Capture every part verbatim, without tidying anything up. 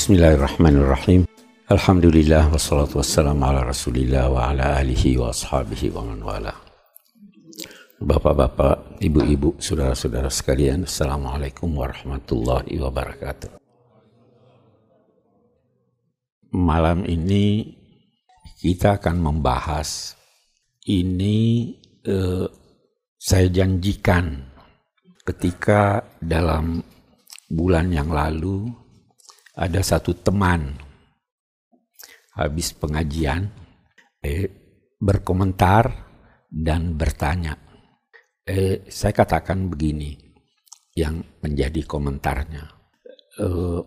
Bismillahirrahmanirrahim. Alhamdulillah wassalatu wassalamu ala rasulillah wa ala alihi wa ashabihi wa man wala. Bapak-bapak, ibu-ibu, saudara-saudara sekalian, assalamualaikum warahmatullahi wabarakatuh. Malam ini kita akan membahas ini eh, saya janjikan ketika dalam bulan yang lalu ada satu teman habis pengajian eh, berkomentar dan bertanya. Eh, saya katakan begini yang menjadi komentarnya. Eh,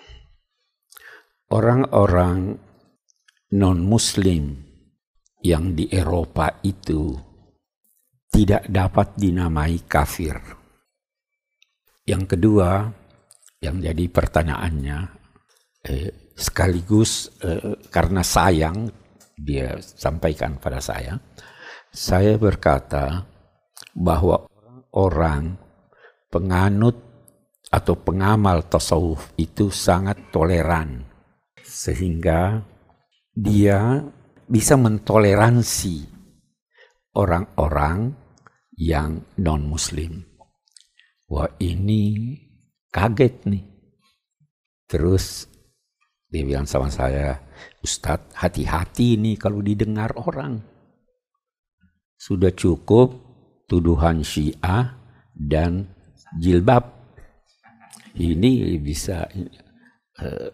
orang-orang non-muslim yang di Eropa itu tidak dapat dinamai kafir. Yang kedua, yang jadi pertanyaannya, eh, sekaligus eh, karena sayang, dia sampaikan pada saya, saya berkata bahwa orang penganut atau pengamal tasawuf itu sangat toleran, sehingga dia bisa mentoleransi orang-orang yang non-muslim. Wah, ini kaget nih. Terus dia bilang sama saya, Ustadz, hati-hati nih kalau didengar orang. Sudah cukup tuduhan Syiah dan jilbab. Ini bisa uh,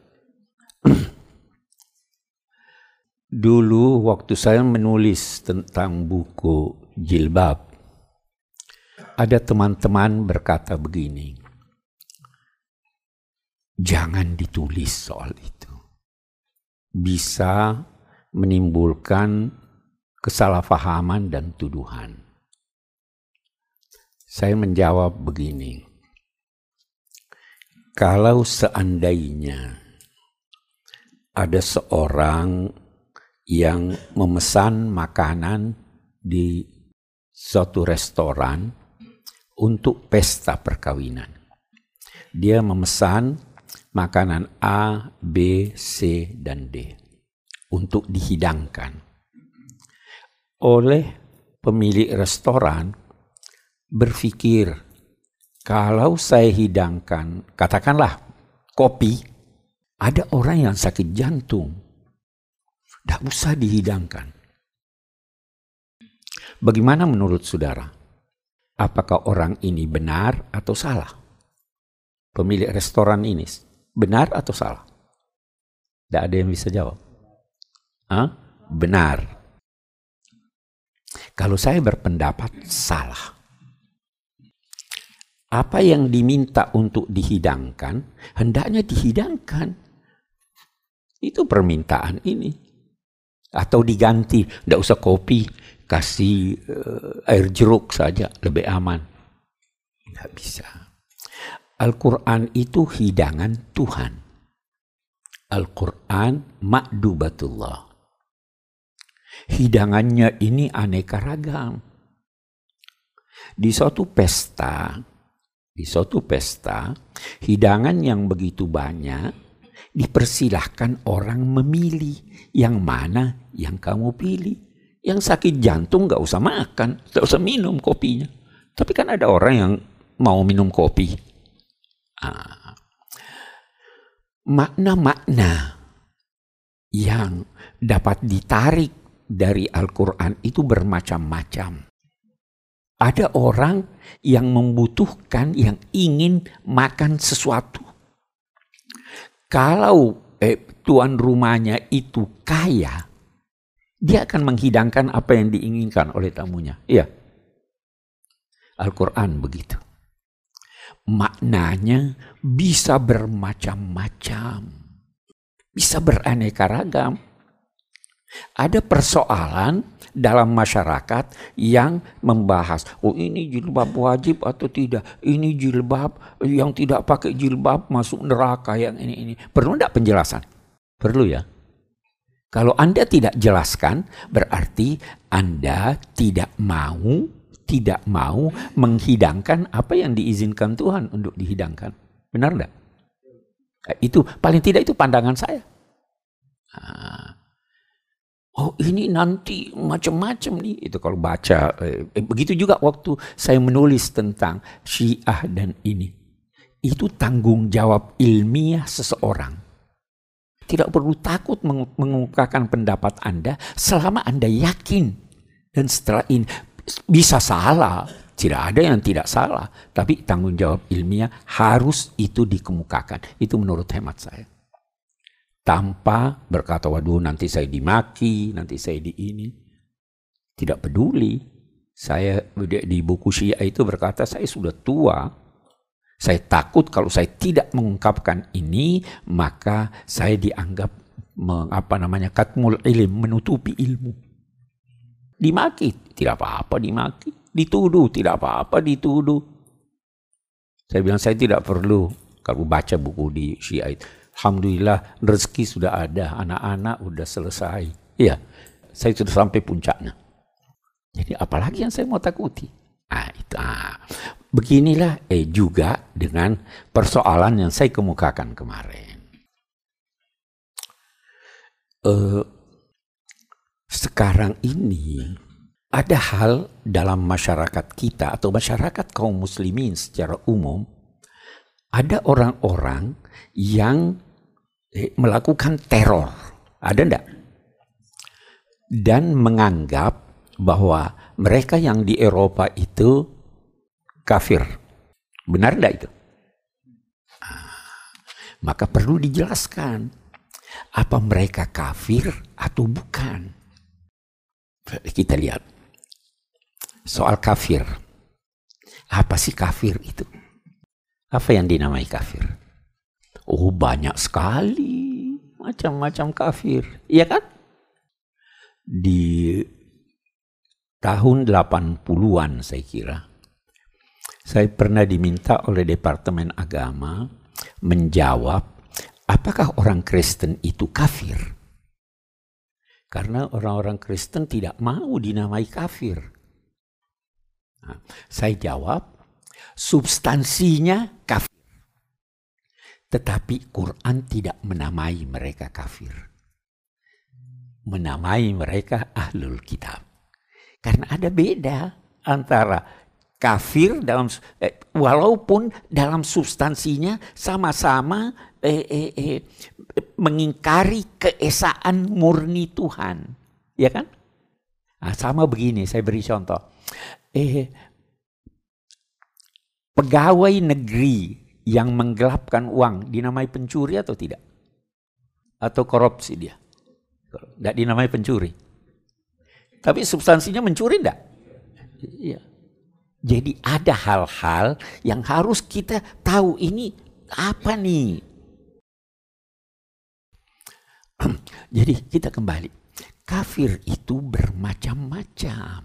dulu waktu saya menulis tentang buku jilbab, ada teman-teman berkata begini, jangan ditulis soal itu. Bisa menimbulkan kesalahpahaman dan tuduhan. Saya menjawab begini, kalau seandainya ada seorang yang memesan makanan di suatu restoran untuk pesta perkawinan. Dia memesan makanan A, B, C, dan D untuk dihidangkan. Oleh pemilik restoran berpikir, kalau saya hidangkan, katakanlah kopi, ada orang yang sakit jantung, tidak usah dihidangkan. Bagaimana menurut saudara? Apakah orang ini benar atau salah? Pemilik restoran ini benar atau salah? Tidak ada yang bisa jawab. Hah? Benar. Kalau saya berpendapat salah. Apa yang diminta untuk dihidangkan, hendaknya dihidangkan. Itu permintaan ini. Atau diganti, tidak usah kopi, kasih uh, air jeruk saja, lebih aman. Tidak bisa. Al-Quran itu hidangan Tuhan. Al-Quran ma'dubatullah. Hidangannya ini aneka ragam. Di suatu pesta, di suatu pesta, hidangan yang begitu banyak, dipersilahkan orang memilih yang mana yang kamu pilih. Yang sakit jantung gak usah makan, gak usah minum kopinya. Tapi kan ada orang yang mau minum kopi. Ah. Makna-makna yang dapat ditarik dari Al-Quran itu bermacam-macam. Ada orang yang membutuhkan, yang ingin makan sesuatu. Kalau eh, tuan rumahnya itu kaya, dia akan menghidangkan apa yang diinginkan oleh tamunya. Iya. Al-Quran begitu. Maknanya bisa bermacam-macam. Bisa beraneka ragam. Ada persoalan dalam masyarakat yang membahas, oh ini jilbab wajib atau tidak, ini jilbab yang tidak pakai jilbab masuk neraka, yang ini ini. Perlu enggak penjelasan? Perlu ya. Kalau Anda tidak jelaskan, berarti Anda tidak mau, tidak mau menghidangkan apa yang diizinkan Tuhan untuk dihidangkan. Benar enggak? Itu paling tidak itu pandangan saya. Nah, oh ini nanti macam-macam nih. Itu kalau baca. Eh, begitu juga waktu saya menulis tentang Syiah dan ini. Itu tanggung jawab ilmiah seseorang. Tidak perlu takut mengungkapkan pendapat Anda selama Anda yakin. Dan setelah ini bisa salah. Tidak ada yang tidak salah. Tapi tanggung jawab ilmiah harus itu dikemukakan. Itu menurut hemat saya. Tanpa berkata, waduh nanti saya dimaki, nanti saya di ini. Tidak peduli. Saya di buku Syiah itu berkata, saya sudah tua. Saya takut kalau saya tidak mengungkapkan ini, maka saya dianggap apa namanya katmul ilm, menutupi ilmu. Dimaki, tidak apa-apa dimaki. Dituduh, tidak apa-apa dituduh. Saya bilang saya tidak perlu kalau baca buku di Syiah itu. Alhamdulillah rezeki sudah ada, anak-anak sudah selesai. Iya, saya sudah sampai puncaknya. Jadi apalagi yang saya mau takuti? Nah, itu, ah. Beginilah eh, juga dengan persoalan yang saya kemukakan kemarin. Eh, sekarang ini ada hal dalam masyarakat kita atau masyarakat kaum muslimin secara umum, ada orang-orang yang eh, melakukan teror, ada enggak? Dan menganggap bahwa mereka yang di Eropa itu kafir. Benar enggak itu? Nah, maka perlu dijelaskan, apa mereka kafir atau bukan? Kita lihat. Soal kafir. Apa sih kafir itu? Apa yang dinamai kafir? Oh banyak sekali macam-macam kafir. Iya kan? Di tahun delapan puluhan saya kira. Saya pernah diminta oleh Departemen Agama menjawab apakah orang Kristen itu kafir? Karena orang-orang Kristen tidak mau dinamai kafir. Nah, saya jawab, substansinya kafir. Tetapi Quran tidak menamai mereka kafir. Menamai mereka ahlul kitab. Karena ada beda antara kafir dalam eh, walaupun dalam substansinya sama-sama eh, eh, eh, mengingkari keesaan murni Tuhan. Ya kan? Nah, sama begini, saya beri contoh. Eh, pegawai negeri yang menggelapkan uang dinamai pencuri atau tidak? Atau korupsi dia? Tidak dinamai pencuri. Tapi substansinya mencuri enggak? Iya. Jadi ada hal-hal yang harus kita tahu ini apa nih. Jadi kita kembali. Kafir itu bermacam-macam.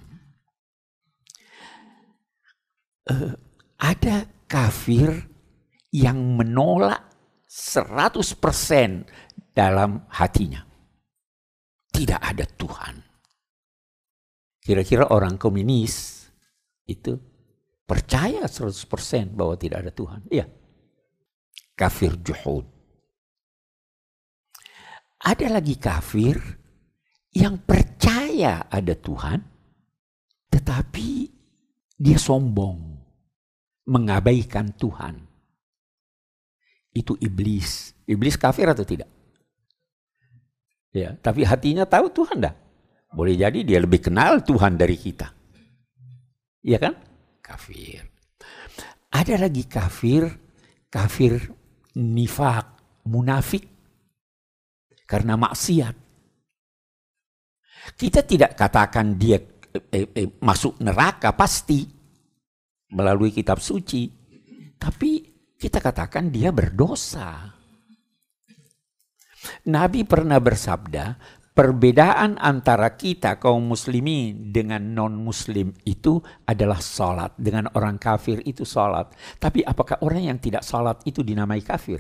Uh, ada kafir yang menolak seratus persen dalam hatinya. Tidak ada Tuhan. Kira-kira orang komunis itu percaya seratus persen bahwa tidak ada Tuhan. Iya. Kafir juhud. Ada lagi kafir yang percaya ada Tuhan, tetapi dia sombong. Mengabaikan Tuhan. Itu iblis. Iblis kafir atau tidak? Ya, tapi hatinya tahu Tuhan dah. Boleh jadi dia lebih kenal Tuhan dari kita. Iya kan? Kafir. Ada lagi kafir, kafir nifak, munafik. Karena maksiat. Kita tidak katakan dia eh, eh, masuk neraka pasti. Melalui kitab suci. Tapi kita katakan dia berdosa. Nabi pernah bersabda, perbedaan antara kita kaum muslimin dengan non-muslim itu adalah salat. Dengan orang kafir itu salat. Tapi apakah orang yang tidak salat itu dinamai kafir?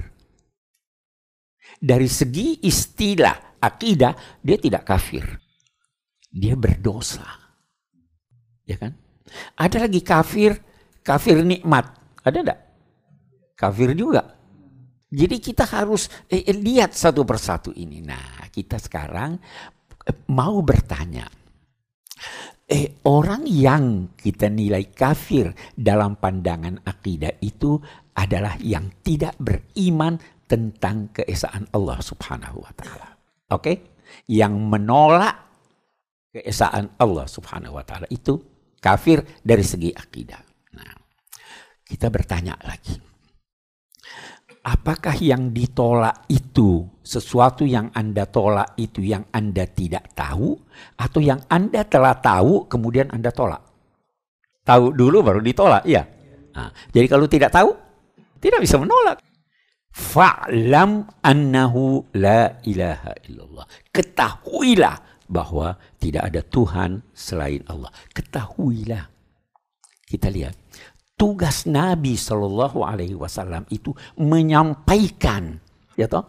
Dari segi istilah akidah, dia tidak kafir. Dia berdosa. Ya kan? Ada lagi kafir, kafir nikmat. Ada enggak? Kafir juga. Jadi kita harus eh, lihat satu persatu ini. Nah, kita sekarang eh, mau bertanya. Eh, orang yang kita nilai kafir dalam pandangan akidah itu adalah yang tidak beriman tentang keesaan Allah Subhanahu wa taala. Oke? Okay? Yang menolak keesaan Allah Subhanahu wa taala itu kafir dari segi akidah. Nah, kita bertanya lagi. Apakah yang ditolak itu sesuatu yang Anda tolak itu yang Anda tidak tahu, atau yang Anda telah tahu kemudian Anda tolak? Tahu dulu baru ditolak, iya. Nah, jadi kalau tidak tahu, tidak bisa menolak. Fa'lam annahu la ilaha illallah. Ketahuilah bahwa tidak ada Tuhan selain Allah. Ketahuilah. Kita lihat. Tugas Nabi Shallallahu Alaihi Wasallam itu menyampaikan, ya toh,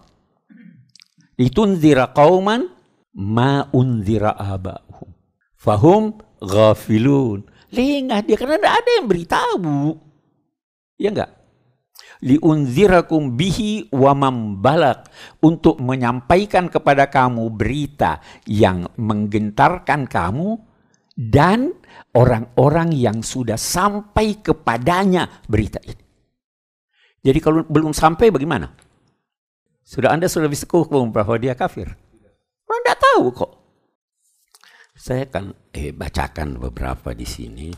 litunzira qauman ma unzira aba'uhum fahum ghafilun. Lengah dia karena tidak ada yang beritahu, ya enggak? Liunzirakum bihi wa man balak, untuk menyampaikan kepada kamu berita yang menggentarkan kamu dan orang-orang yang sudah sampai kepadanya berita ini. Jadi kalau belum sampai bagaimana? Sudah Anda sudah bisa hukum bahwa dia kafir? Orang tidak tahu kok. Saya akan eh, bacakan beberapa di sini.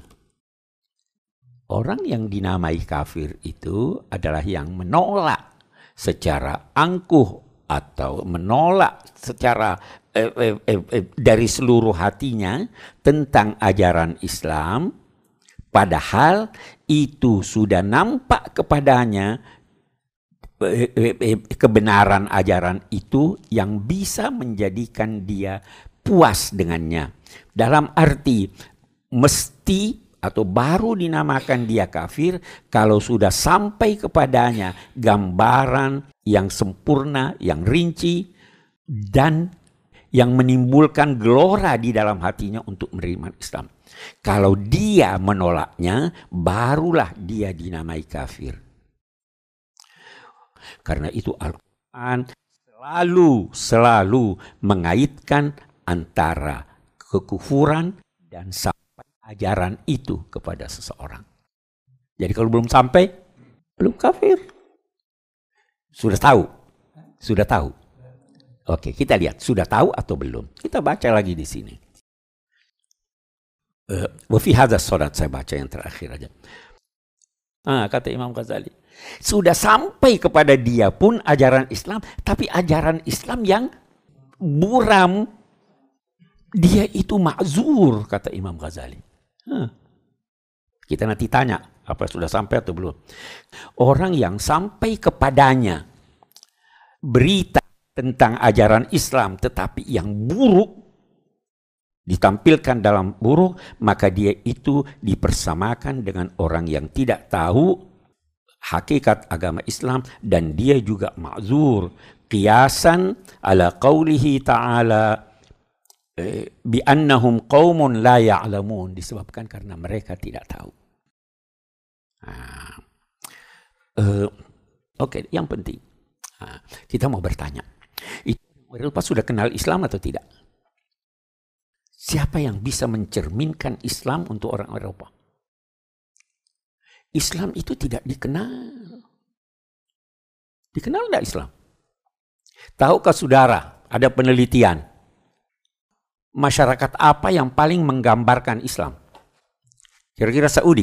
Orang yang dinamai kafir itu adalah yang menolak secara angkuh atau menolak secara eh, eh, eh, eh, dari seluruh hatinya tentang ajaran Islam, padahal itu sudah nampak kepadanya eh, eh, eh, kebenaran ajaran itu yang bisa menjadikan dia puas dengannya. Dalam arti mesti atau baru dinamakan dia kafir kalau sudah sampai kepadanya gambaran yang sempurna, yang rinci, dan yang menimbulkan gelora di dalam hatinya untuk menerima Islam. Kalau dia menolaknya, barulah dia dinamai kafir. Karena itu Al-Quran selalu, selalu mengaitkan antara kekufuran dan sampai ajaran itu kepada seseorang. Jadi kalau belum sampai, belum kafir. Sudah tahu? Sudah tahu? Oke, kita lihat. Sudah tahu atau belum? Kita baca lagi di sini. Wa fi hadzal salat, saya baca yang terakhir aja. Ah, kata Imam Ghazali. Sudah sampai kepada dia pun ajaran Islam, tapi ajaran Islam yang buram. Dia itu ma'zur, kata Imam Ghazali. Huh. Kita nanti tanya, apa sudah sampai atau belum? Orang yang sampai kepadanya berita tentang ajaran Islam tetapi yang buruk ditampilkan dalam buruk, maka dia itu dipersamakan dengan orang yang tidak tahu hakikat agama Islam dan dia juga ma'zur. Qiyasan ala qawlihi ta'ala bi annahum qaumun la ya'lamun, disebabkan karena mereka tidak tahu. Nah, uh, Oke, okay, yang penting nah, kita mau bertanya, itu Eropa sudah kenal Islam atau tidak? Siapa yang bisa mencerminkan Islam untuk orang Eropa? Islam itu tidak dikenal. Dikenal tidak Islam? Tahukah saudara, ada penelitian masyarakat apa yang paling menggambarkan Islam? Kira-kira Saudi,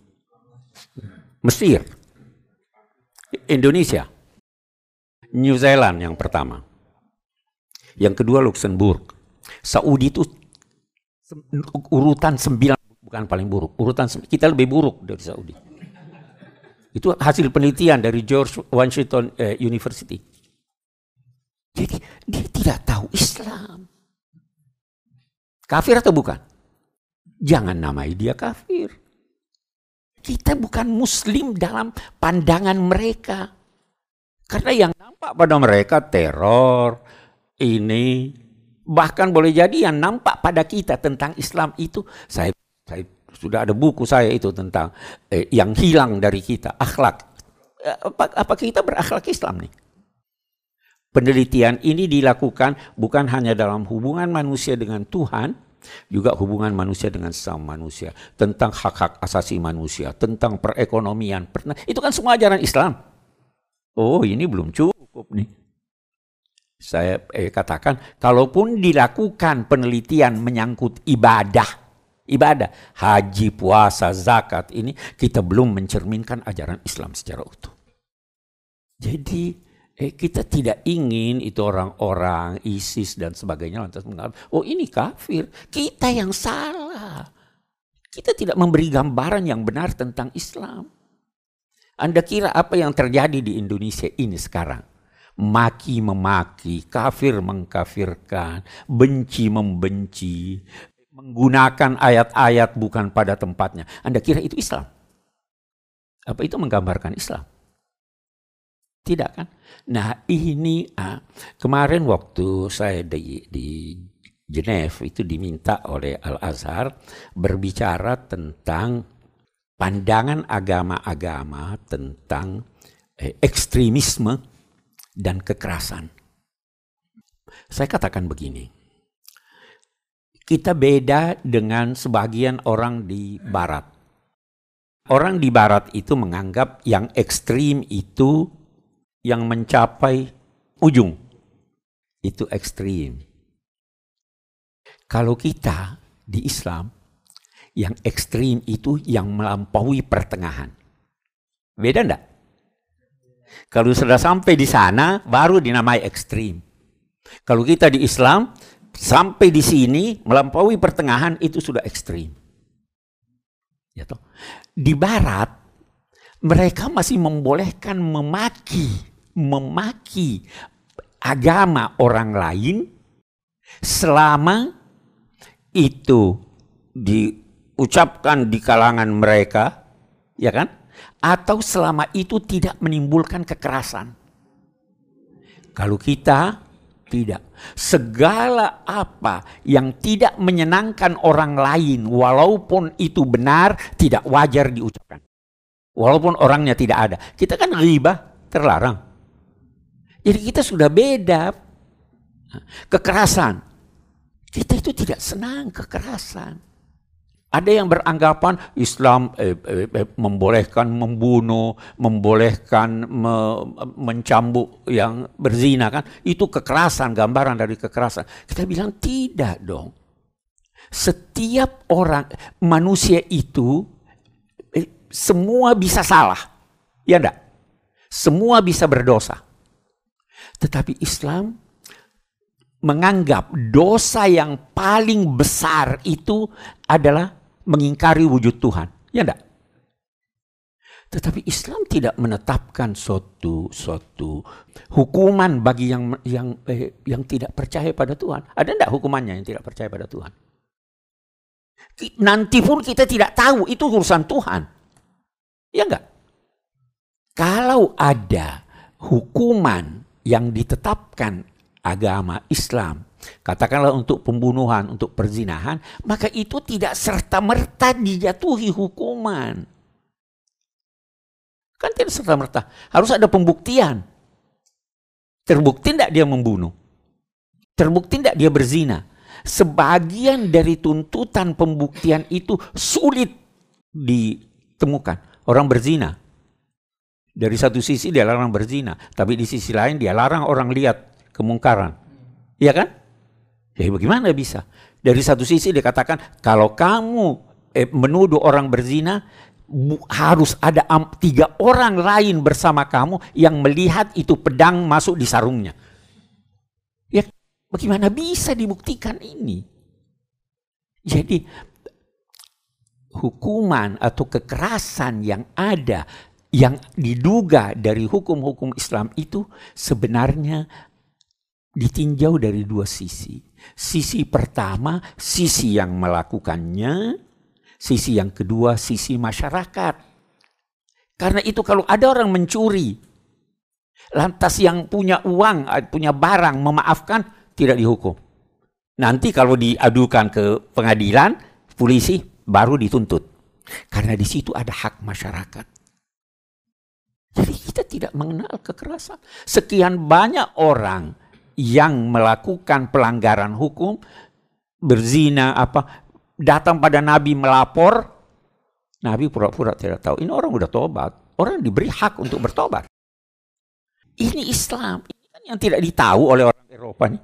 Mesir, Indonesia, New Zealand yang pertama. Yang kedua Luxembourg. Saudi itu urutan sembilan, bukan paling buruk. Urutan kita lebih buruk dari Saudi. Itu hasil penelitian dari George Washington eh, University. Jadi dia tidak tahu Islam. Kafir atau bukan? Jangan namai dia kafir. Kita bukan muslim dalam pandangan mereka. Karena yang nampak pada mereka teror, ini. Bahkan boleh jadi yang nampak pada kita tentang Islam itu, saya, saya sudah ada buku saya itu tentang eh, yang hilang dari kita, akhlak. apa, apa kita berakhlak Islam nih? Penelitian ini dilakukan bukan hanya dalam hubungan manusia dengan Tuhan, juga hubungan manusia dengan sesama manusia, tentang hak-hak asasi manusia, tentang perekonomian. Itu kan semua ajaran Islam. Oh, ini belum cukup nih. Saya eh, katakan, kalaupun dilakukan penelitian menyangkut ibadah, ibadah, haji, puasa, zakat, ini kita belum mencerminkan ajaran Islam secara utuh. Jadi Eh, kita tidak ingin itu orang-orang ISIS dan sebagainya lantas mengatakan, oh ini kafir, kita yang salah. Kita tidak memberi gambaran yang benar tentang Islam. Anda kira apa yang terjadi di Indonesia ini sekarang? Maki memaki, kafir mengkafirkan, benci membenci, menggunakan ayat-ayat bukan pada tempatnya. Anda kira itu Islam? Apa itu menggambarkan Islam? Tidak kan? Nah ini ah, kemarin waktu saya di, di Geneva itu diminta oleh Al-Azhar berbicara tentang pandangan agama-agama tentang eh, ekstremisme dan kekerasan. Saya katakan begini, kita beda dengan sebagian orang di Barat. Orang di Barat itu menganggap yang ekstrim itu yang mencapai ujung, itu ekstrim. Kalau kita di Islam, yang ekstrim itu yang melampaui pertengahan. Beda enggak? Kalau sudah sampai di sana, baru dinamai ekstrim. Kalau kita di Islam, sampai di sini, melampaui pertengahan, itu sudah ekstrim. Ya toh? Di Barat, mereka masih membolehkan memaki memaki agama orang lain selama itu diucapkan di kalangan mereka, ya kan? Atau selama itu tidak menimbulkan kekerasan. Kalau kita tidak, segala apa yang tidak menyenangkan orang lain walaupun itu benar tidak wajar diucapkan. Walaupun orangnya tidak ada. Kita kan ghibah terlarang. Jadi kita sudah beda. Kekerasan. Kita itu tidak senang kekerasan. Ada yang beranggapan Islam eh, eh, eh, membolehkan membunuh, membolehkan me, mencambuk yang berzina kan. Itu kekerasan, gambaran dari kekerasan. Kita bilang tidak dong. Setiap orang, manusia itu eh, semua bisa salah. Ya enggak? Semua bisa berdosa. Tetapi Islam menganggap dosa yang paling besar itu adalah mengingkari wujud Tuhan. Ya enggak? Tetapi Islam tidak menetapkan suatu suatu hukuman bagi yang yang eh, yang tidak percaya pada Tuhan. Ada enggak hukumannya yang tidak percaya pada Tuhan? Nanti pun kita tidak tahu, itu urusan Tuhan. Ya enggak? Kalau ada hukuman yang ditetapkan agama Islam, katakanlah untuk pembunuhan, untuk perzinahan, maka itu tidak serta-merta dijatuhi hukuman. Kan tidak serta-merta, harus ada pembuktian. Terbukti tidak dia membunuh? Terbukti tidak dia berzina? Sebagian dari tuntutan pembuktian itu sulit ditemukan. Orang berzina, dari satu sisi dia larang berzina, tapi di sisi lain dia larang orang lihat kemungkaran. Iya kan? Jadi bagaimana bisa? Dari satu sisi dia katakan, kalau kamu eh, menuduh orang berzina, harus ada tiga orang lain bersama kamu yang melihat itu pedang masuk di sarungnya. Ya, bagaimana bisa dibuktikan ini? Jadi hukuman atau kekerasan yang ada, yang diduga dari hukum-hukum Islam itu sebenarnya ditinjau dari dua sisi. Sisi pertama, sisi yang melakukannya. Sisi yang kedua, sisi masyarakat. Karena itu kalau ada orang mencuri, lantas yang punya uang, punya barang memaafkan, tidak dihukum. Nanti kalau diadukan ke pengadilan, polisi baru dituntut. Karena di situ ada hak masyarakat. Jadi kita tidak mengenal kekerasan. Sekian banyak orang yang melakukan pelanggaran hukum, berzina, apa, datang pada Nabi melapor, Nabi pura-pura tidak tahu. Ini orang udah tobat, orang diberi hak untuk bertobat. Ini Islam, ini kan yang tidak ditahu oleh orang Eropa nih.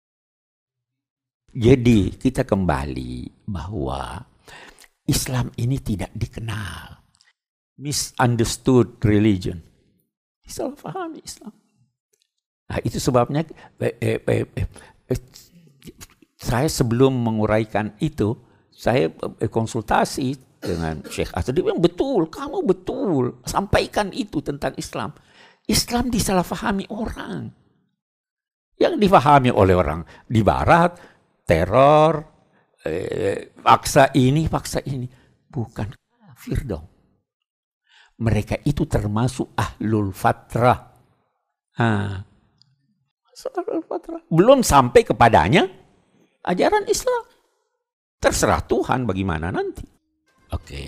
Jadi kita kembali bahwa Islam ini tidak dikenal. Misunderstood religion. Disalahpahami Islam. Nah, itu sebabnya eh, eh, eh, eh, eh, saya sebelum menguraikan itu, saya eh, konsultasi dengan Syekh Asad. Dia bilang, betul, kamu betul. Sampaikan itu tentang Islam. Islam disalahpahami orang. Yang dipahami oleh orang di Barat, teror, eh, paksa ini, paksa ini. Bukan kafir dong. Mereka itu termasuk ahlul fatrah. Ah. Ahlul fatrah. Belum sampai kepadanya ajaran Islam. Terserah Tuhan bagaimana nanti. Oke. Okay.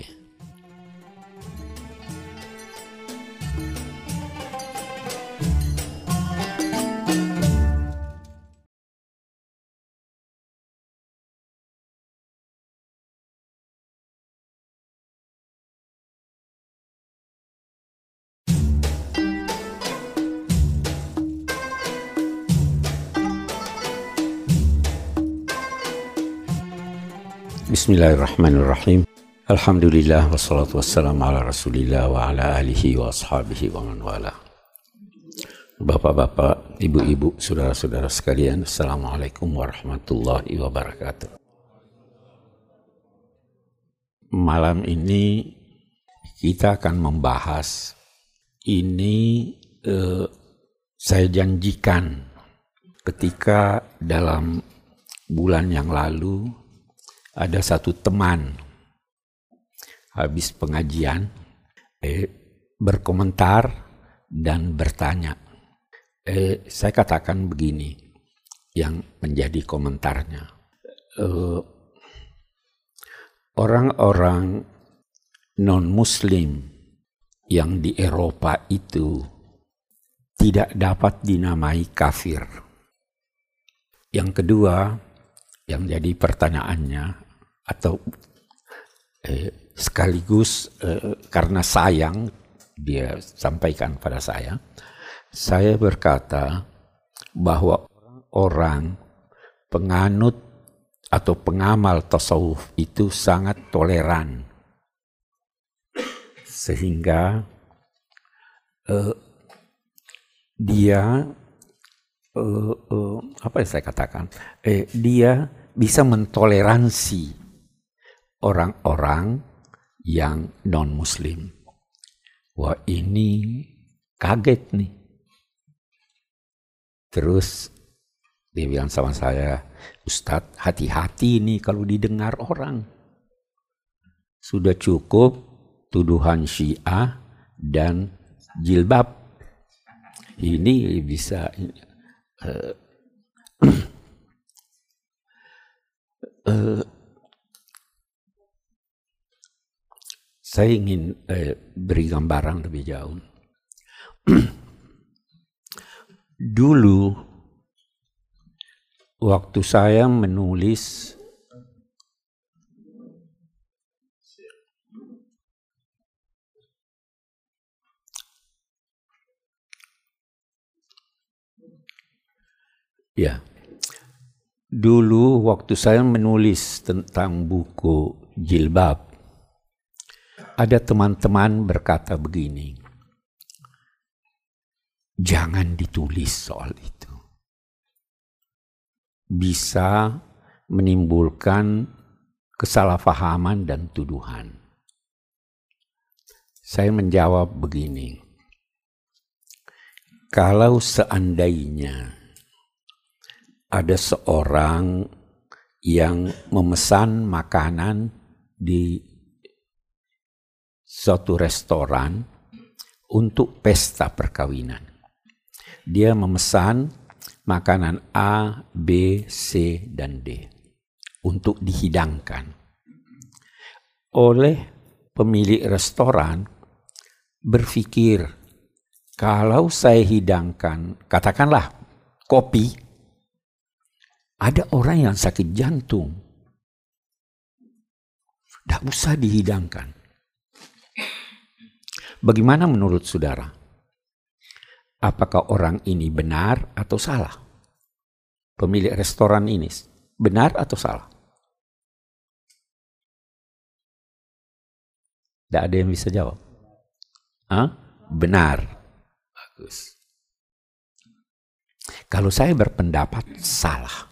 Bismillahirrahmanirrahim. Alhamdulillah wassalatu wassalamu ala Rasulillah wa ala alihi wa ashabihi wa man wala. Bapak-bapak, ibu-ibu, saudara-saudara sekalian, assalamualaikum warahmatullahi wabarakatuh. Malam ini kita akan membahas ini eh, saya janjikan ketika dalam bulan yang lalu ada satu teman habis pengajian eh, berkomentar dan bertanya. Eh, saya katakan begini yang menjadi komentarnya. Eh, orang-orang non-Muslim yang di Eropa itu tidak dapat dinamai kafir. Yang kedua, yang jadi pertanyaannya, atau eh, sekaligus eh, karena sayang dia sampaikan pada saya, saya berkata bahwa orang penganut atau pengamal tasawuf itu sangat toleran, sehingga eh, dia eh, eh, apa yang saya katakan, eh, dia bisa mentoleransi orang-orang yang non-Muslim. Wah, ini kaget nih. Terus dia bilang sama saya, Ustadz, hati-hati nih kalau didengar orang. Sudah cukup tuduhan Syiah dan jilbab. Ini bisa uh, uh, saya ingin eh, beri gambaran lebih jauh. Dulu waktu saya menulis ya, dulu waktu saya menulis tentang buku Jilbab, ada teman-teman berkata begini, jangan ditulis soal itu. Bisa menimbulkan kesalahpahaman dan tuduhan. Saya menjawab begini, kalau seandainya ada seorang yang memesan makanan di suatu restoran untuk pesta perkawinan. Dia memesan makanan A, B, C, dan D untuk dihidangkan. Oleh pemilik restoran berpikir, Kalau saya hidangkan, katakanlah kopi, ada orang yang sakit jantung, tidak usah dihidangkan. Bagaimana menurut saudara? Apakah orang ini benar atau salah? Pemilik restoran ini benar atau salah? Tidak ada yang bisa jawab. Hah? Benar. Bagus. Kalau saya berpendapat salah.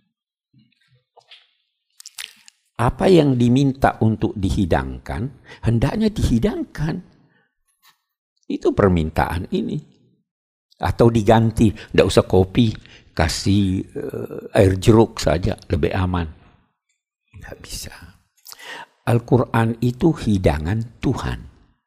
Apa yang diminta untuk dihidangkan, hendaknya dihidangkan. Itu permintaan ini. Atau diganti, tidak usah kopi, kasih uh, air jeruk saja, lebih aman. Tidak bisa. Al-Quran itu hidangan Tuhan.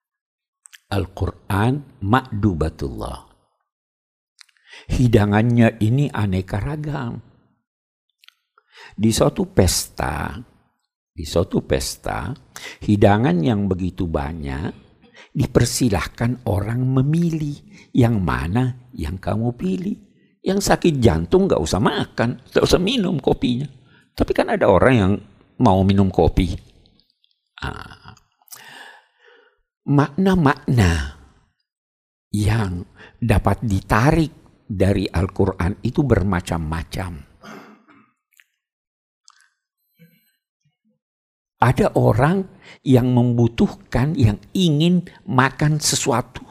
Al-Quran ma'dubatullah. Hidangannya ini aneka ragam. Di suatu pesta, di suatu pesta, hidangan yang begitu banyak, dipersilahkan orang memilih yang mana yang kamu pilih. Yang sakit jantung gak usah makan, gak usah minum kopinya. Tapi kan ada orang yang mau minum kopi. Ah. Makna-makna yang dapat ditarik dari Al-Quran itu bermacam-macam. Ada orang yang membutuhkan, yang ingin makan sesuatu.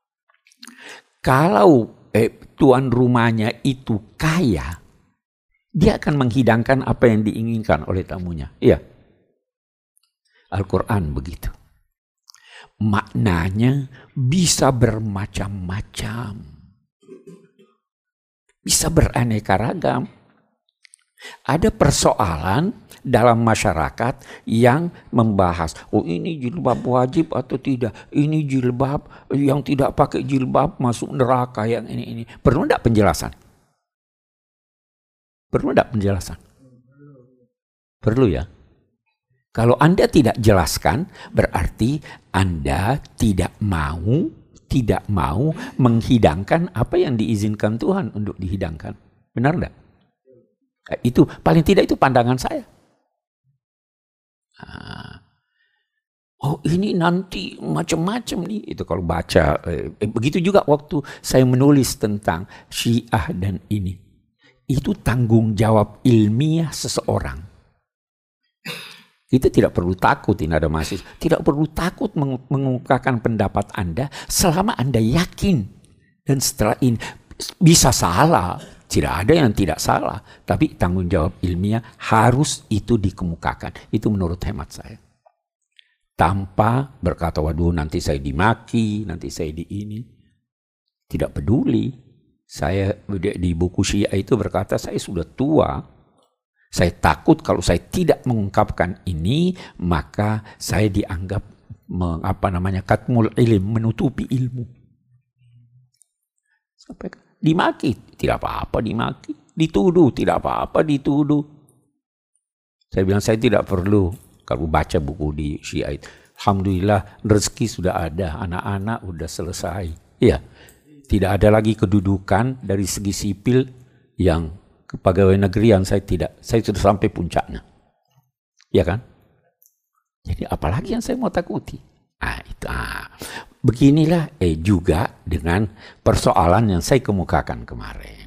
Kalau eh, tuan rumahnya itu kaya, dia akan menghidangkan apa yang diinginkan oleh tamunya. Iya. Al-Quran begitu. Maknanya bisa bermacam-macam. Bisa beraneka ragam. Ada persoalan dalam masyarakat yang membahas, oh ini jilbab wajib atau tidak, ini jilbab yang tidak pakai jilbab masuk neraka, yang ini ini. Perlu tidak penjelasan? Perlu tidak penjelasan? Perlu ya. Kalau Anda tidak jelaskan, berarti Anda tidak mau, tidak mau menghidangkan apa yang diizinkan Tuhan untuk dihidangkan. Benar enggak? Itu paling tidak itu pandangan saya. Oh ini nanti macam-macam nih. Itu kalau baca. Eh, begitu juga waktu saya menulis tentang Syiah dan ini. Itu tanggung jawab ilmiah seseorang. Itu tidak perlu takut, ini ada mahasiswa. Tidak perlu takut mengungkapkan pendapat Anda selama Anda yakin. Dan setelah ini bisa salah. Tidak ada yang tidak salah. Tapi tanggung jawab ilmiah harus itu dikemukakan. Itu menurut hemat saya. Tanpa berkata, waduh nanti saya dimaki, nanti saya di ini. Tidak peduli. Saya di buku Syiah itu berkata, saya sudah tua. Saya takut kalau saya tidak mengungkapkan ini, maka saya dianggap meng, apa namanya katmul ilm, menutupi ilmu. Sampai dimaki, tidak apa-apa dimaki. Dituduh, tidak apa-apa dituduh. Saya bilang saya tidak perlu kalau baca buku di Syiah. Alhamdulillah rezeki sudah ada, anak-anak sudah selesai. Iya, tidak ada lagi kedudukan dari segi sipil yang pegawai negeri yang saya tidak, saya sudah sampai puncaknya. Ya kan? Jadi apalagi yang saya mau takuti? Ah, itu, ah. Beginilah eh juga dengan persoalan yang saya kemukakan kemarin.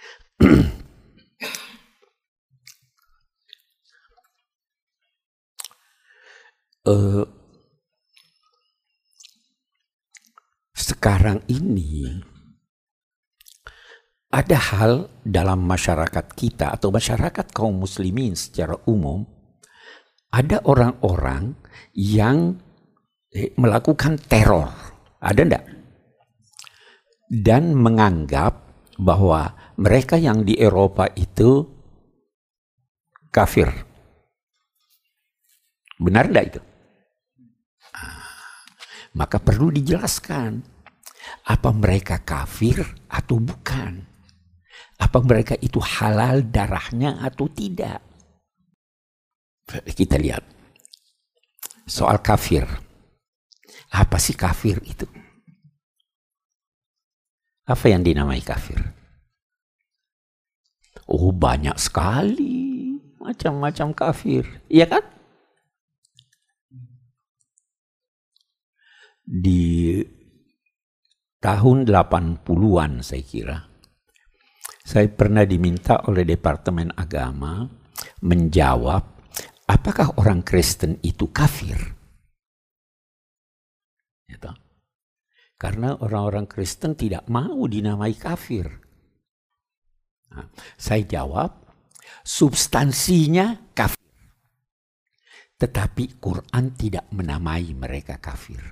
uh, sekarang ini ada hal dalam masyarakat kita atau masyarakat kaum muslimin secara umum, ada orang-orang yang eh, melakukan teror, ada enggak? Dan menganggap bahwa mereka yang di Eropa itu kafir. Benar enggak itu? Maka perlu dijelaskan, apa mereka kafir atau bukan? Apa mereka itu halal darahnya atau tidak? Kita lihat. Soal kafir. Apa sih kafir itu? Apa yang dinamai kafir? Oh, banyak sekali macam-macam kafir. Iya kan? Di tahun delapan puluhan saya kira, saya pernah diminta oleh Departemen Agama menjawab apakah orang Kristen itu kafir. Gitu. Karena orang-orang Kristen tidak mau dinamai kafir. Nah, saya jawab, substansinya kafir. Tetapi Quran tidak menamai mereka kafir.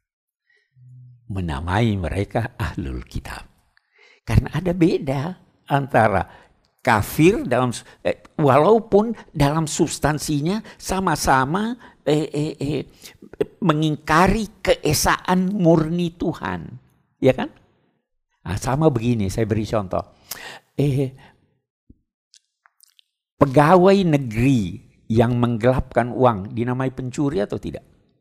Menamai mereka ahlul kitab. Karena ada beda antara kafir dalam eh, walaupun dalam substansinya sama-sama eh, eh, eh, mengingkari keesaan murni Tuhan, ya kan? Nah, sama begini, saya beri contoh. Eh, pegawai negeri yang menggelapkan uang dinamai pencuri atau tidak?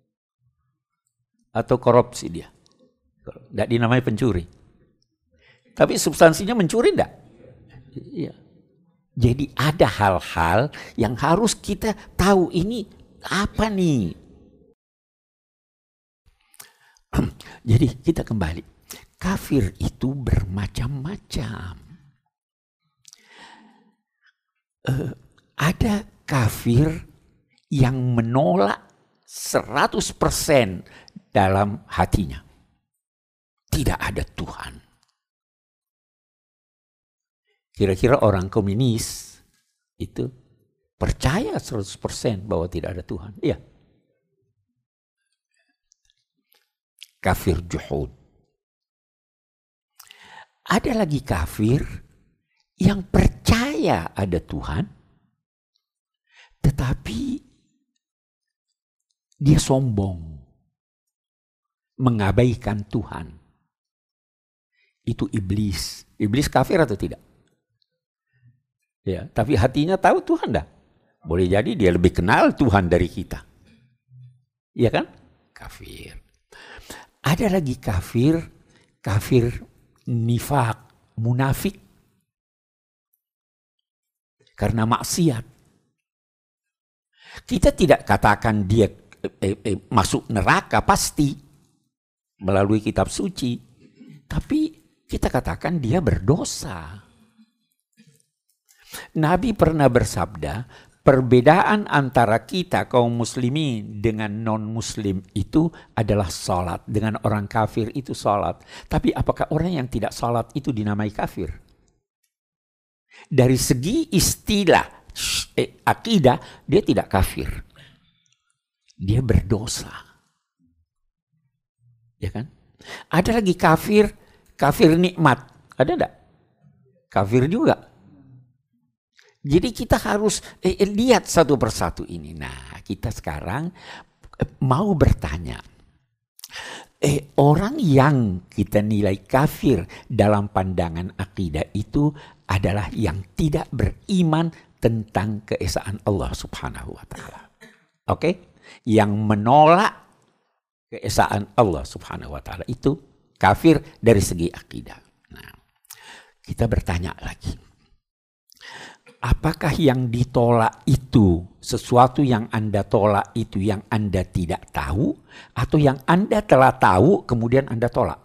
Atau korupsi dia? Tidak dinamai pencuri. Tapi substansinya mencuri enggak? Iya. Jadi ada hal-hal yang harus kita tahu ini apa nih. Jadi kita kembali. Kafir itu bermacam-macam. Uh, ada kafir yang menolak seratus persen dalam hatinya. Tidak ada Tuhan. Kira-kira orang komunis itu percaya seratus persen bahwa tidak ada Tuhan. Iya. Kafir juhud. Ada lagi kafir yang percaya ada Tuhan, tetapi dia sombong, mengabaikan Tuhan. Itu iblis. Iblis kafir atau tidak? Ya, tapi hatinya tahu Tuhan dah. Boleh jadi dia lebih kenal Tuhan dari kita. Iya kan? Kafir. Ada lagi kafir, kafir nifak, munafik. Karena maksiat. Kita tidak katakan dia eh, eh, masuk neraka pasti melalui kitab suci. Tapi kita katakan dia berdosa. Nabi pernah bersabda, perbedaan antara kita kaum muslimin dengan non-muslim itu adalah salat. Dengan orang kafir itu salat. Tapi apakah orang yang tidak salat itu dinamai kafir? Dari segi istilah eh, akidah, dia tidak kafir. Dia berdosa. Ya kan? Ada lagi kafir, kafir nikmat. Ada enggak? Kafir juga. Jadi kita harus eh, lihat satu persatu ini. Nah, kita sekarang eh, mau bertanya. Eh, orang yang kita nilai kafir dalam pandangan akidah itu adalah yang tidak beriman tentang keesaan Allah Subhanahu wa taala. Oke? Okay? Yang menolak keesaan Allah Subhanahu wa taala itu kafir dari segi akidah. Nah, kita bertanya lagi. Apakah yang ditolak itu sesuatu yang Anda tolak itu yang Anda tidak tahu, atau yang Anda telah tahu kemudian Anda tolak?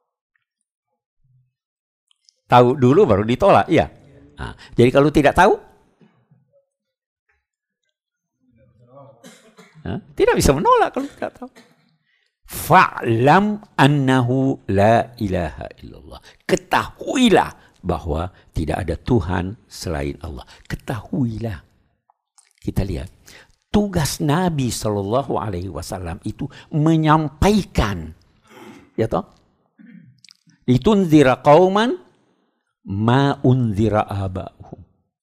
Tahu dulu baru ditolak, iya. Nah, jadi kalau tidak tahu, nah, tidak bisa menolak kalau tidak tahu. Fa'lam annahu la ilaha illallah. Ketahuilah bahwa tidak ada Tuhan selain Allah. Ketahuilah. Kita lihat. Tugas Nabi Shallallahu Alaihi Wasallam itu menyampaikan. Ya toh? Litunzira qauman ma unzira aba'uhum.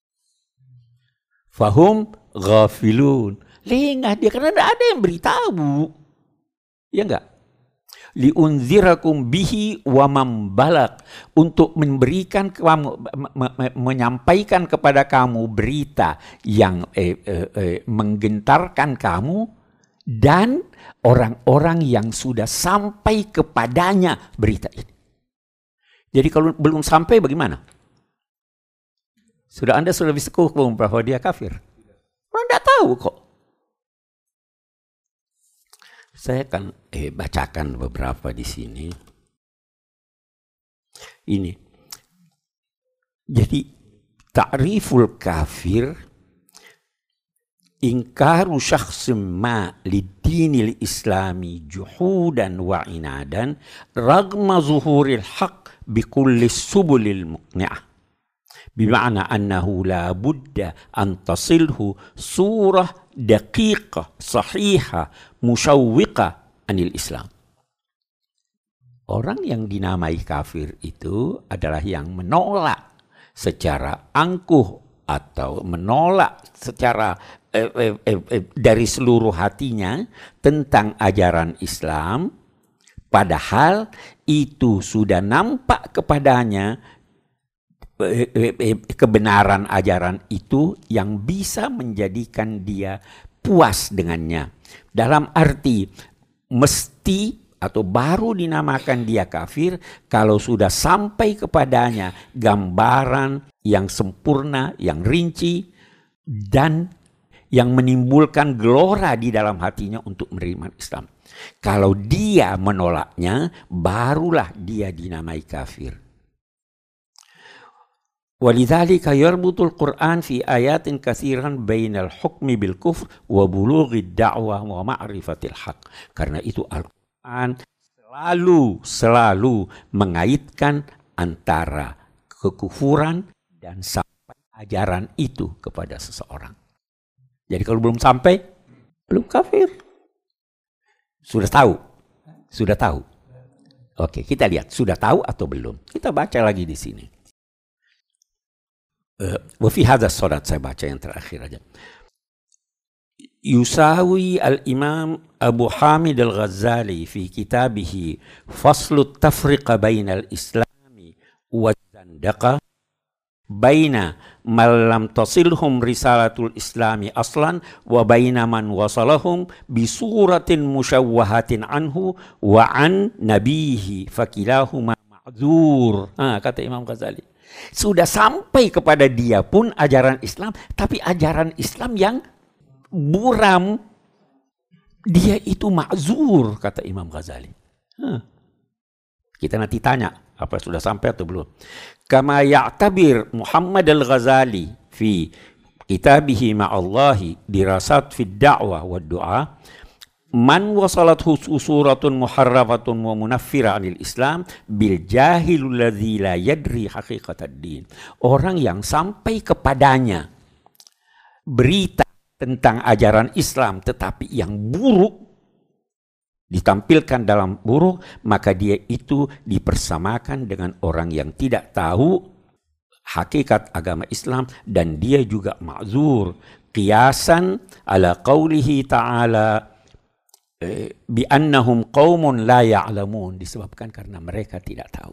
Fahum ghafilun. Lengah dia karena tidak ada yang beritahu. Ya enggak? Liunzirakum bihi wa mambalak, untuk memberikan kamu, menyampaikan kepada kamu berita yang eh, eh, eh, menggentarkan kamu dan orang-orang yang sudah sampai kepadanya berita ini. Jadi kalau belum sampai bagaimana? Sudah Anda sudah bisa hukum bahwa dia kafir? Orang tidak tahu kok. Saya akan eh, bacakan beberapa di sini. Ini. Jadi ta'riful kafir ingkaru syakhsim ma lidinil islami juhudan wa inadan ragma zuhuril haq bikulli subulil muqni'ah. Bima'na annahu la budda an tasilhu surah daqiqah sahihah musyawwiqah anil Islam. Orang yang dinamai kafir itu adalah yang menolak secara angkuh atau menolak secara eh, eh, eh, eh, dari seluruh hatinya tentang ajaran Islam, padahal itu sudah nampak kepadanya eh, eh, eh, kebenaran ajaran itu yang bisa menjadikan dia puas dengannya. Dalam arti mesti atau baru dinamakan dia kafir kalau sudah sampai kepadanya gambaran yang sempurna, yang rinci, dan yang menimbulkan gelora di dalam hatinya untuk menerima Islam. Kalau dia menolaknya, barulah dia dinamai kafir. Walidzalika yarbutul Qur'an fi ayatin katsiran bainal hukmi bil kufr wa bulughid da'wah wa ma'rifatil haq. Karena itu Al-Quran selalu selalu mengaitkan antara kekufuran dan sampai ajaran itu kepada seseorang. Jadi kalau belum sampai, belum kafir. Sudah tahu? Sudah tahu. Oke, kita lihat sudah tahu atau belum. Kita baca lagi di sini. Uh, wa fi hadha salat, saya baca yang terakhir aja. Yusawi al-Imam Abu Hamid al-Ghazali fi kitabih Faslu tafriqa baina al-Islami wa zandaqa baina man lam tasilhum risalatul Islami aslan wa baina man wasalahum bi suratin musyawwahatin anhu wa an nabihi fakilahuma ma'dzur. Ah, kata Imam Ghazali. Sudah sampai kepada dia pun ajaran Islam, tapi ajaran Islam yang buram, dia itu ma'zur, kata Imam Ghazali. Huh. Kita nanti tanya, apa sudah sampai atau belum. Kama ya'tabir Muhammad al-Ghazali fi kitabihi ma'allahi dirasat fi da'wah wa du'a man wasalathu suratun muharrafatun wa munaffira anil Islam bil jahilul ladzi la yadri haqiqatad din. Orang yang sampai kepadanya berita tentang ajaran Islam tetapi yang buruk ditampilkan dalam buruk, maka dia itu dipersamakan dengan orang yang tidak tahu hakikat agama Islam dan dia juga ma'zur qiyasan ala qaulihi ta'ala bi annahum qaumun la ya'lamun, disebabkan karena mereka tidak tahu.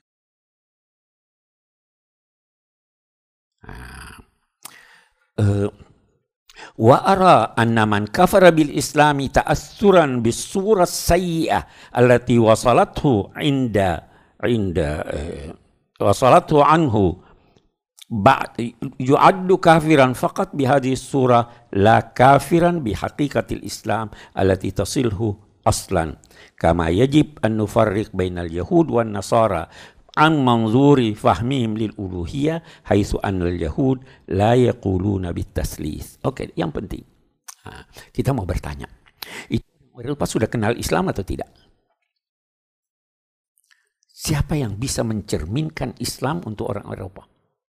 Nah, uh, wa ara anna man kafara bil islami ta'assuran bis surah sayyi'ah allati wasalathu inda inda uh, wasalathu anhu ba'd yu'addu kafiran faqat bihadhihi surah la kafiran bihaqiqatil Islam allati tasilhu aslan kama yajib an nufarriq bainal yahud wan nasara an manzuri fahmihim lil uluhiyah haitsu annal yahud la yaquluna bit taslis. Oke, yang penting. Nah, kita mau bertanya. Itu Eropa sudah kenal Islam atau tidak? Siapa yang bisa mencerminkan Islam untuk orang Eropa?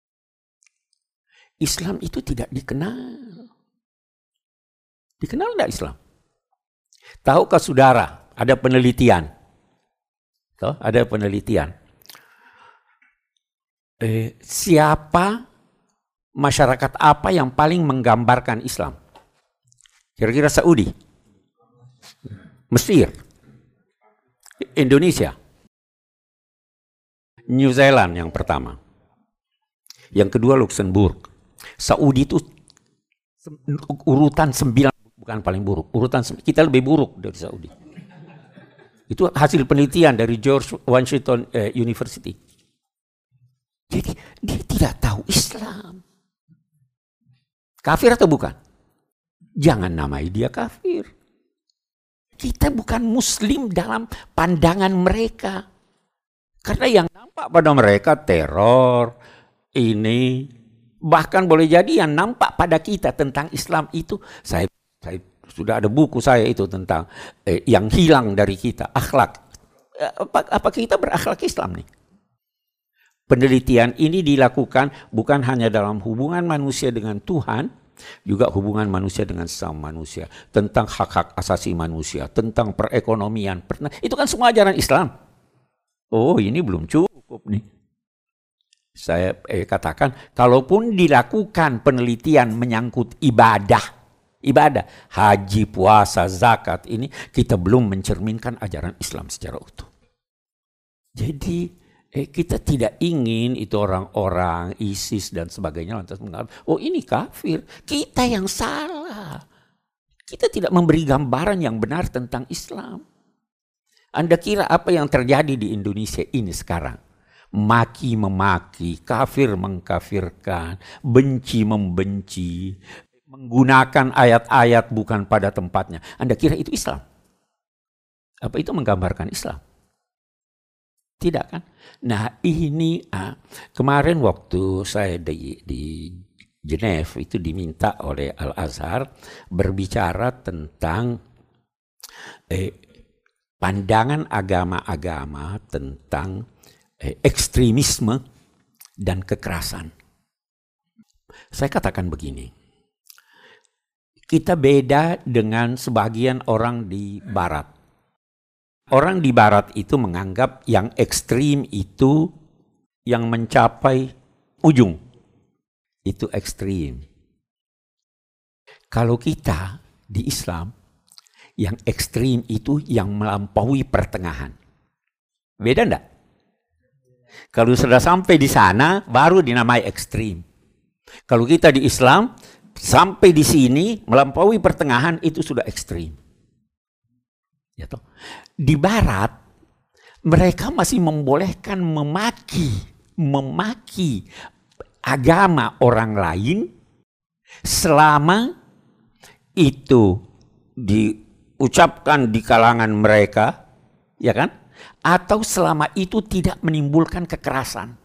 Islam itu tidak dikenal. Dikenal tidak Islam? Tahukah saudara, ada penelitian. Tuh, ada penelitian. Eh, siapa masyarakat apa yang paling menggambarkan Islam? Kira-kira Saudi, Mesir, Indonesia, New Zealand yang pertama. Yang kedua Luxembourg. Saudi itu urutan sembilan, bukan paling buruk. Urutan kita lebih buruk dari Saudi. Itu hasil penelitian dari George Washington eh, University. Jadi dia tidak tahu Islam. Kafir atau bukan? Jangan namai dia kafir. Kita bukan muslim dalam pandangan mereka. Karena yang nampak pada mereka teror, ini, bahkan boleh jadi yang nampak pada kita tentang Islam itu, saya, saya sudah ada buku saya itu tentang eh, yang hilang dari kita, akhlak. Apa, apa kita berakhlak Islam nih? Penelitian ini dilakukan bukan hanya dalam hubungan manusia dengan Tuhan, juga hubungan manusia dengan sesama manusia, tentang hak-hak asasi manusia, tentang perekonomian. Itu kan semua ajaran Islam. Oh, ini belum cukup nih. Saya eh, katakan, kalaupun dilakukan penelitian menyangkut ibadah, ibadah, haji, puasa, zakat, ini kita belum mencerminkan ajaran Islam secara utuh. Jadi eh, kita tidak ingin itu orang-orang ISIS dan sebagainya lantas mengatakan, oh ini kafir, kita yang salah. Kita tidak memberi gambaran yang benar tentang Islam. Anda kira apa yang terjadi di Indonesia ini sekarang? Maki memaki, kafir mengkafirkan, benci membenci, menggunakan ayat-ayat bukan pada tempatnya. Anda kira itu Islam? Apa itu menggambarkan Islam? Tidak kan? Nah ini ah, kemarin waktu saya di, di Geneva itu diminta oleh Al-Azhar berbicara tentang eh, pandangan agama-agama tentang eh, ekstremisme dan kekerasan. Saya katakan begini, kita beda dengan sebagian orang di Barat. Orang di Barat itu menganggap yang ekstrim itu yang mencapai ujung. Itu ekstrim. Kalau kita di Islam, yang ekstrim itu yang melampaui pertengahan. Beda enggak? Kalau sudah sampai di sana, baru dinamai ekstrim. Kalau kita di Islam, sampai di sini, melampaui pertengahan, itu sudah ekstrim. Ya toh? Di Barat, mereka masih membolehkan memaki, memaki agama orang lain, selama itu diucapkan di kalangan mereka, ya kan? Atau selama itu tidak menimbulkan kekerasan.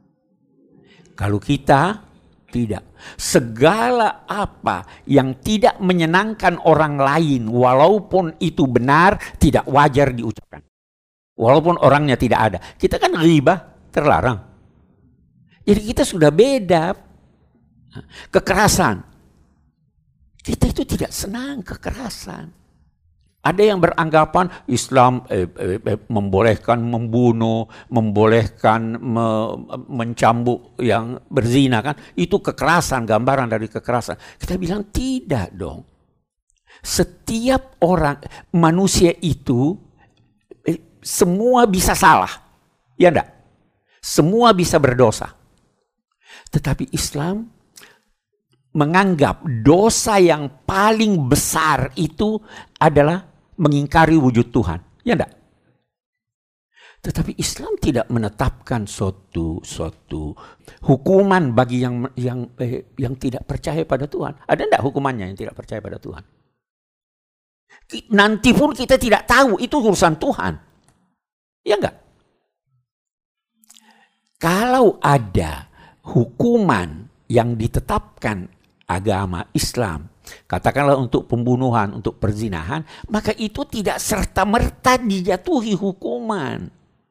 Kalau kita tidak, segala apa yang tidak menyenangkan orang lain, walaupun itu benar, tidak wajar diucapkan. Walaupun orangnya tidak ada. Kita kan ghibah, terlarang. Jadi kita sudah beda. Kekerasan. Kita itu tidak senang kekerasan. Ada yang beranggapan Islam eh, eh, eh, membolehkan membunuh, membolehkan me, mencambuk yang berzina kan. Itu kekerasan, gambaran dari kekerasan. Kita bilang tidak dong. Setiap orang, manusia itu eh, semua bisa salah. Ya enggak? Semua bisa berdosa. Tetapi Islam menganggap dosa yang paling besar itu adalah mengingkari wujud Tuhan. Ya enggak? Tetapi Islam tidak menetapkan suatu suatu hukuman bagi yang yang eh, yang tidak percaya pada Tuhan. Ada enggak hukumannya yang tidak percaya pada Tuhan? Nanti pun kita tidak tahu, itu urusan Tuhan. Ya enggak? Kalau ada hukuman yang ditetapkan agama Islam, katakanlah untuk pembunuhan, untuk perzinahan, maka itu tidak serta-merta dijatuhi hukuman.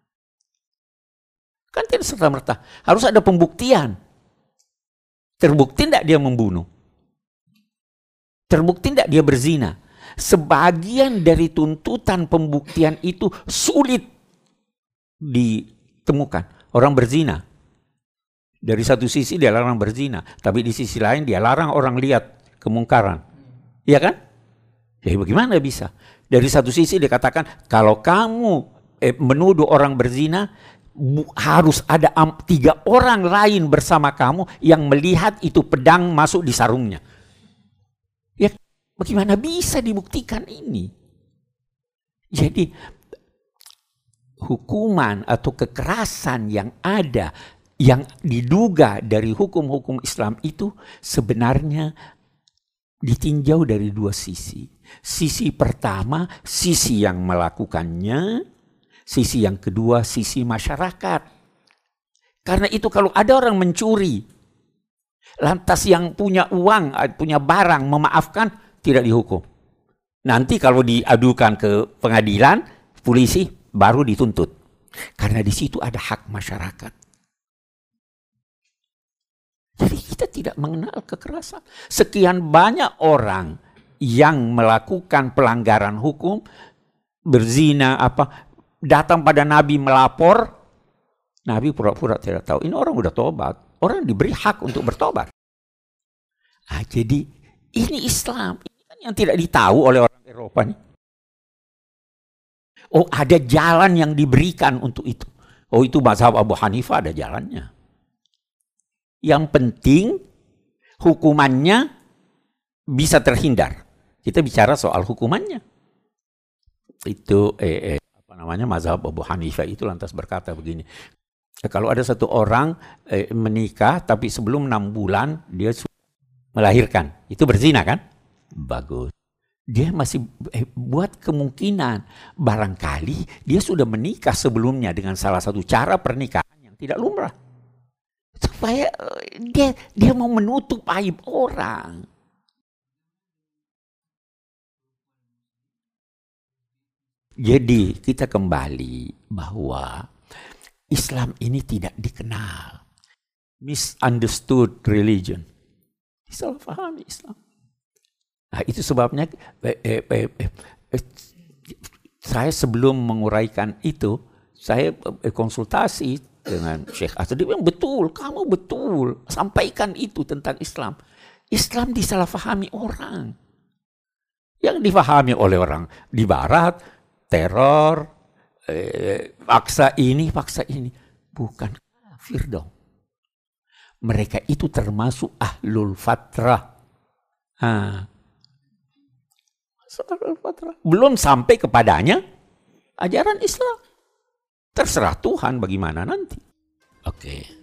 Kan tidak serta-merta, harus ada pembuktian. Terbukti tidak dia membunuh? Terbukti tidak dia berzina? Sebagian dari tuntutan pembuktian itu sulit ditemukan. Orang berzina, dari satu sisi dia larang berzina, tapi di sisi lain dia larang orang lihat kemungkaran. Iya kan? Ya bagaimana bisa? Dari satu sisi dia katakan, kalau kamu eh, menuduh orang berzina, bu, harus ada am, tiga orang lain bersama kamu yang melihat itu pedang masuk di sarungnya. Ya bagaimana bisa dibuktikan ini? Jadi hukuman atau kekerasan yang ada yang diduga dari hukum-hukum Islam itu sebenarnya ditinjau dari dua sisi. Sisi pertama, sisi yang melakukannya. Sisi yang kedua, sisi masyarakat. Karena itu kalau ada orang mencuri, lantas yang punya uang, punya barang memaafkan, tidak dihukum. Nanti kalau diadukan ke pengadilan, polisi baru dituntut. Karena di situ ada hak masyarakat. Jadi kita tidak mengenal kekerasan. Sekian banyak orang yang melakukan pelanggaran hukum, berzina, apa, datang pada Nabi melapor, Nabi pura-pura tidak tahu. Ini orang udah tobat. Orang diberi hak untuk bertobat. Nah, jadi ini Islam. Ini kan yang tidak ditahu oleh orang Eropa nih. Oh, ada jalan yang diberikan untuk itu. Oh, itu mazhab Abu Hanifah ada jalannya. Yang penting hukumannya bisa terhindar. Kita bicara soal hukumannya. Itu eh, eh, apa namanya mazhab Abu Hanifah itu lantas berkata begini. Kalau ada satu orang eh, menikah tapi sebelum enam bulan dia melahirkan, itu berzina kan? Bagus. Dia masih eh, buat kemungkinan barangkali dia sudah menikah sebelumnya dengan salah satu cara pernikahan yang tidak lumrah. Supaya dia dia mau menutup aib orang. Jadi kita kembali bahwa Islam ini tidak dikenal. Misunderstood religion. Disalahpahami Islam. Nah, itu sebabnya eh, eh, eh, eh, saya sebelum menguraikan itu, saya eh, konsultasi dengan Syekh Asad. Dia bilang, betul, kamu betul. Sampaikan itu tentang Islam. Islam disalahpahami orang. Yang difahami oleh orang di barat, teror, eh, paksa ini, paksa ini. Bukan kafir dong. Mereka itu termasuk ahlul fatrah. Nah, belum sampai kepadanya ajaran Islam. Terserah Tuhan bagaimana nanti. Oke. Okay.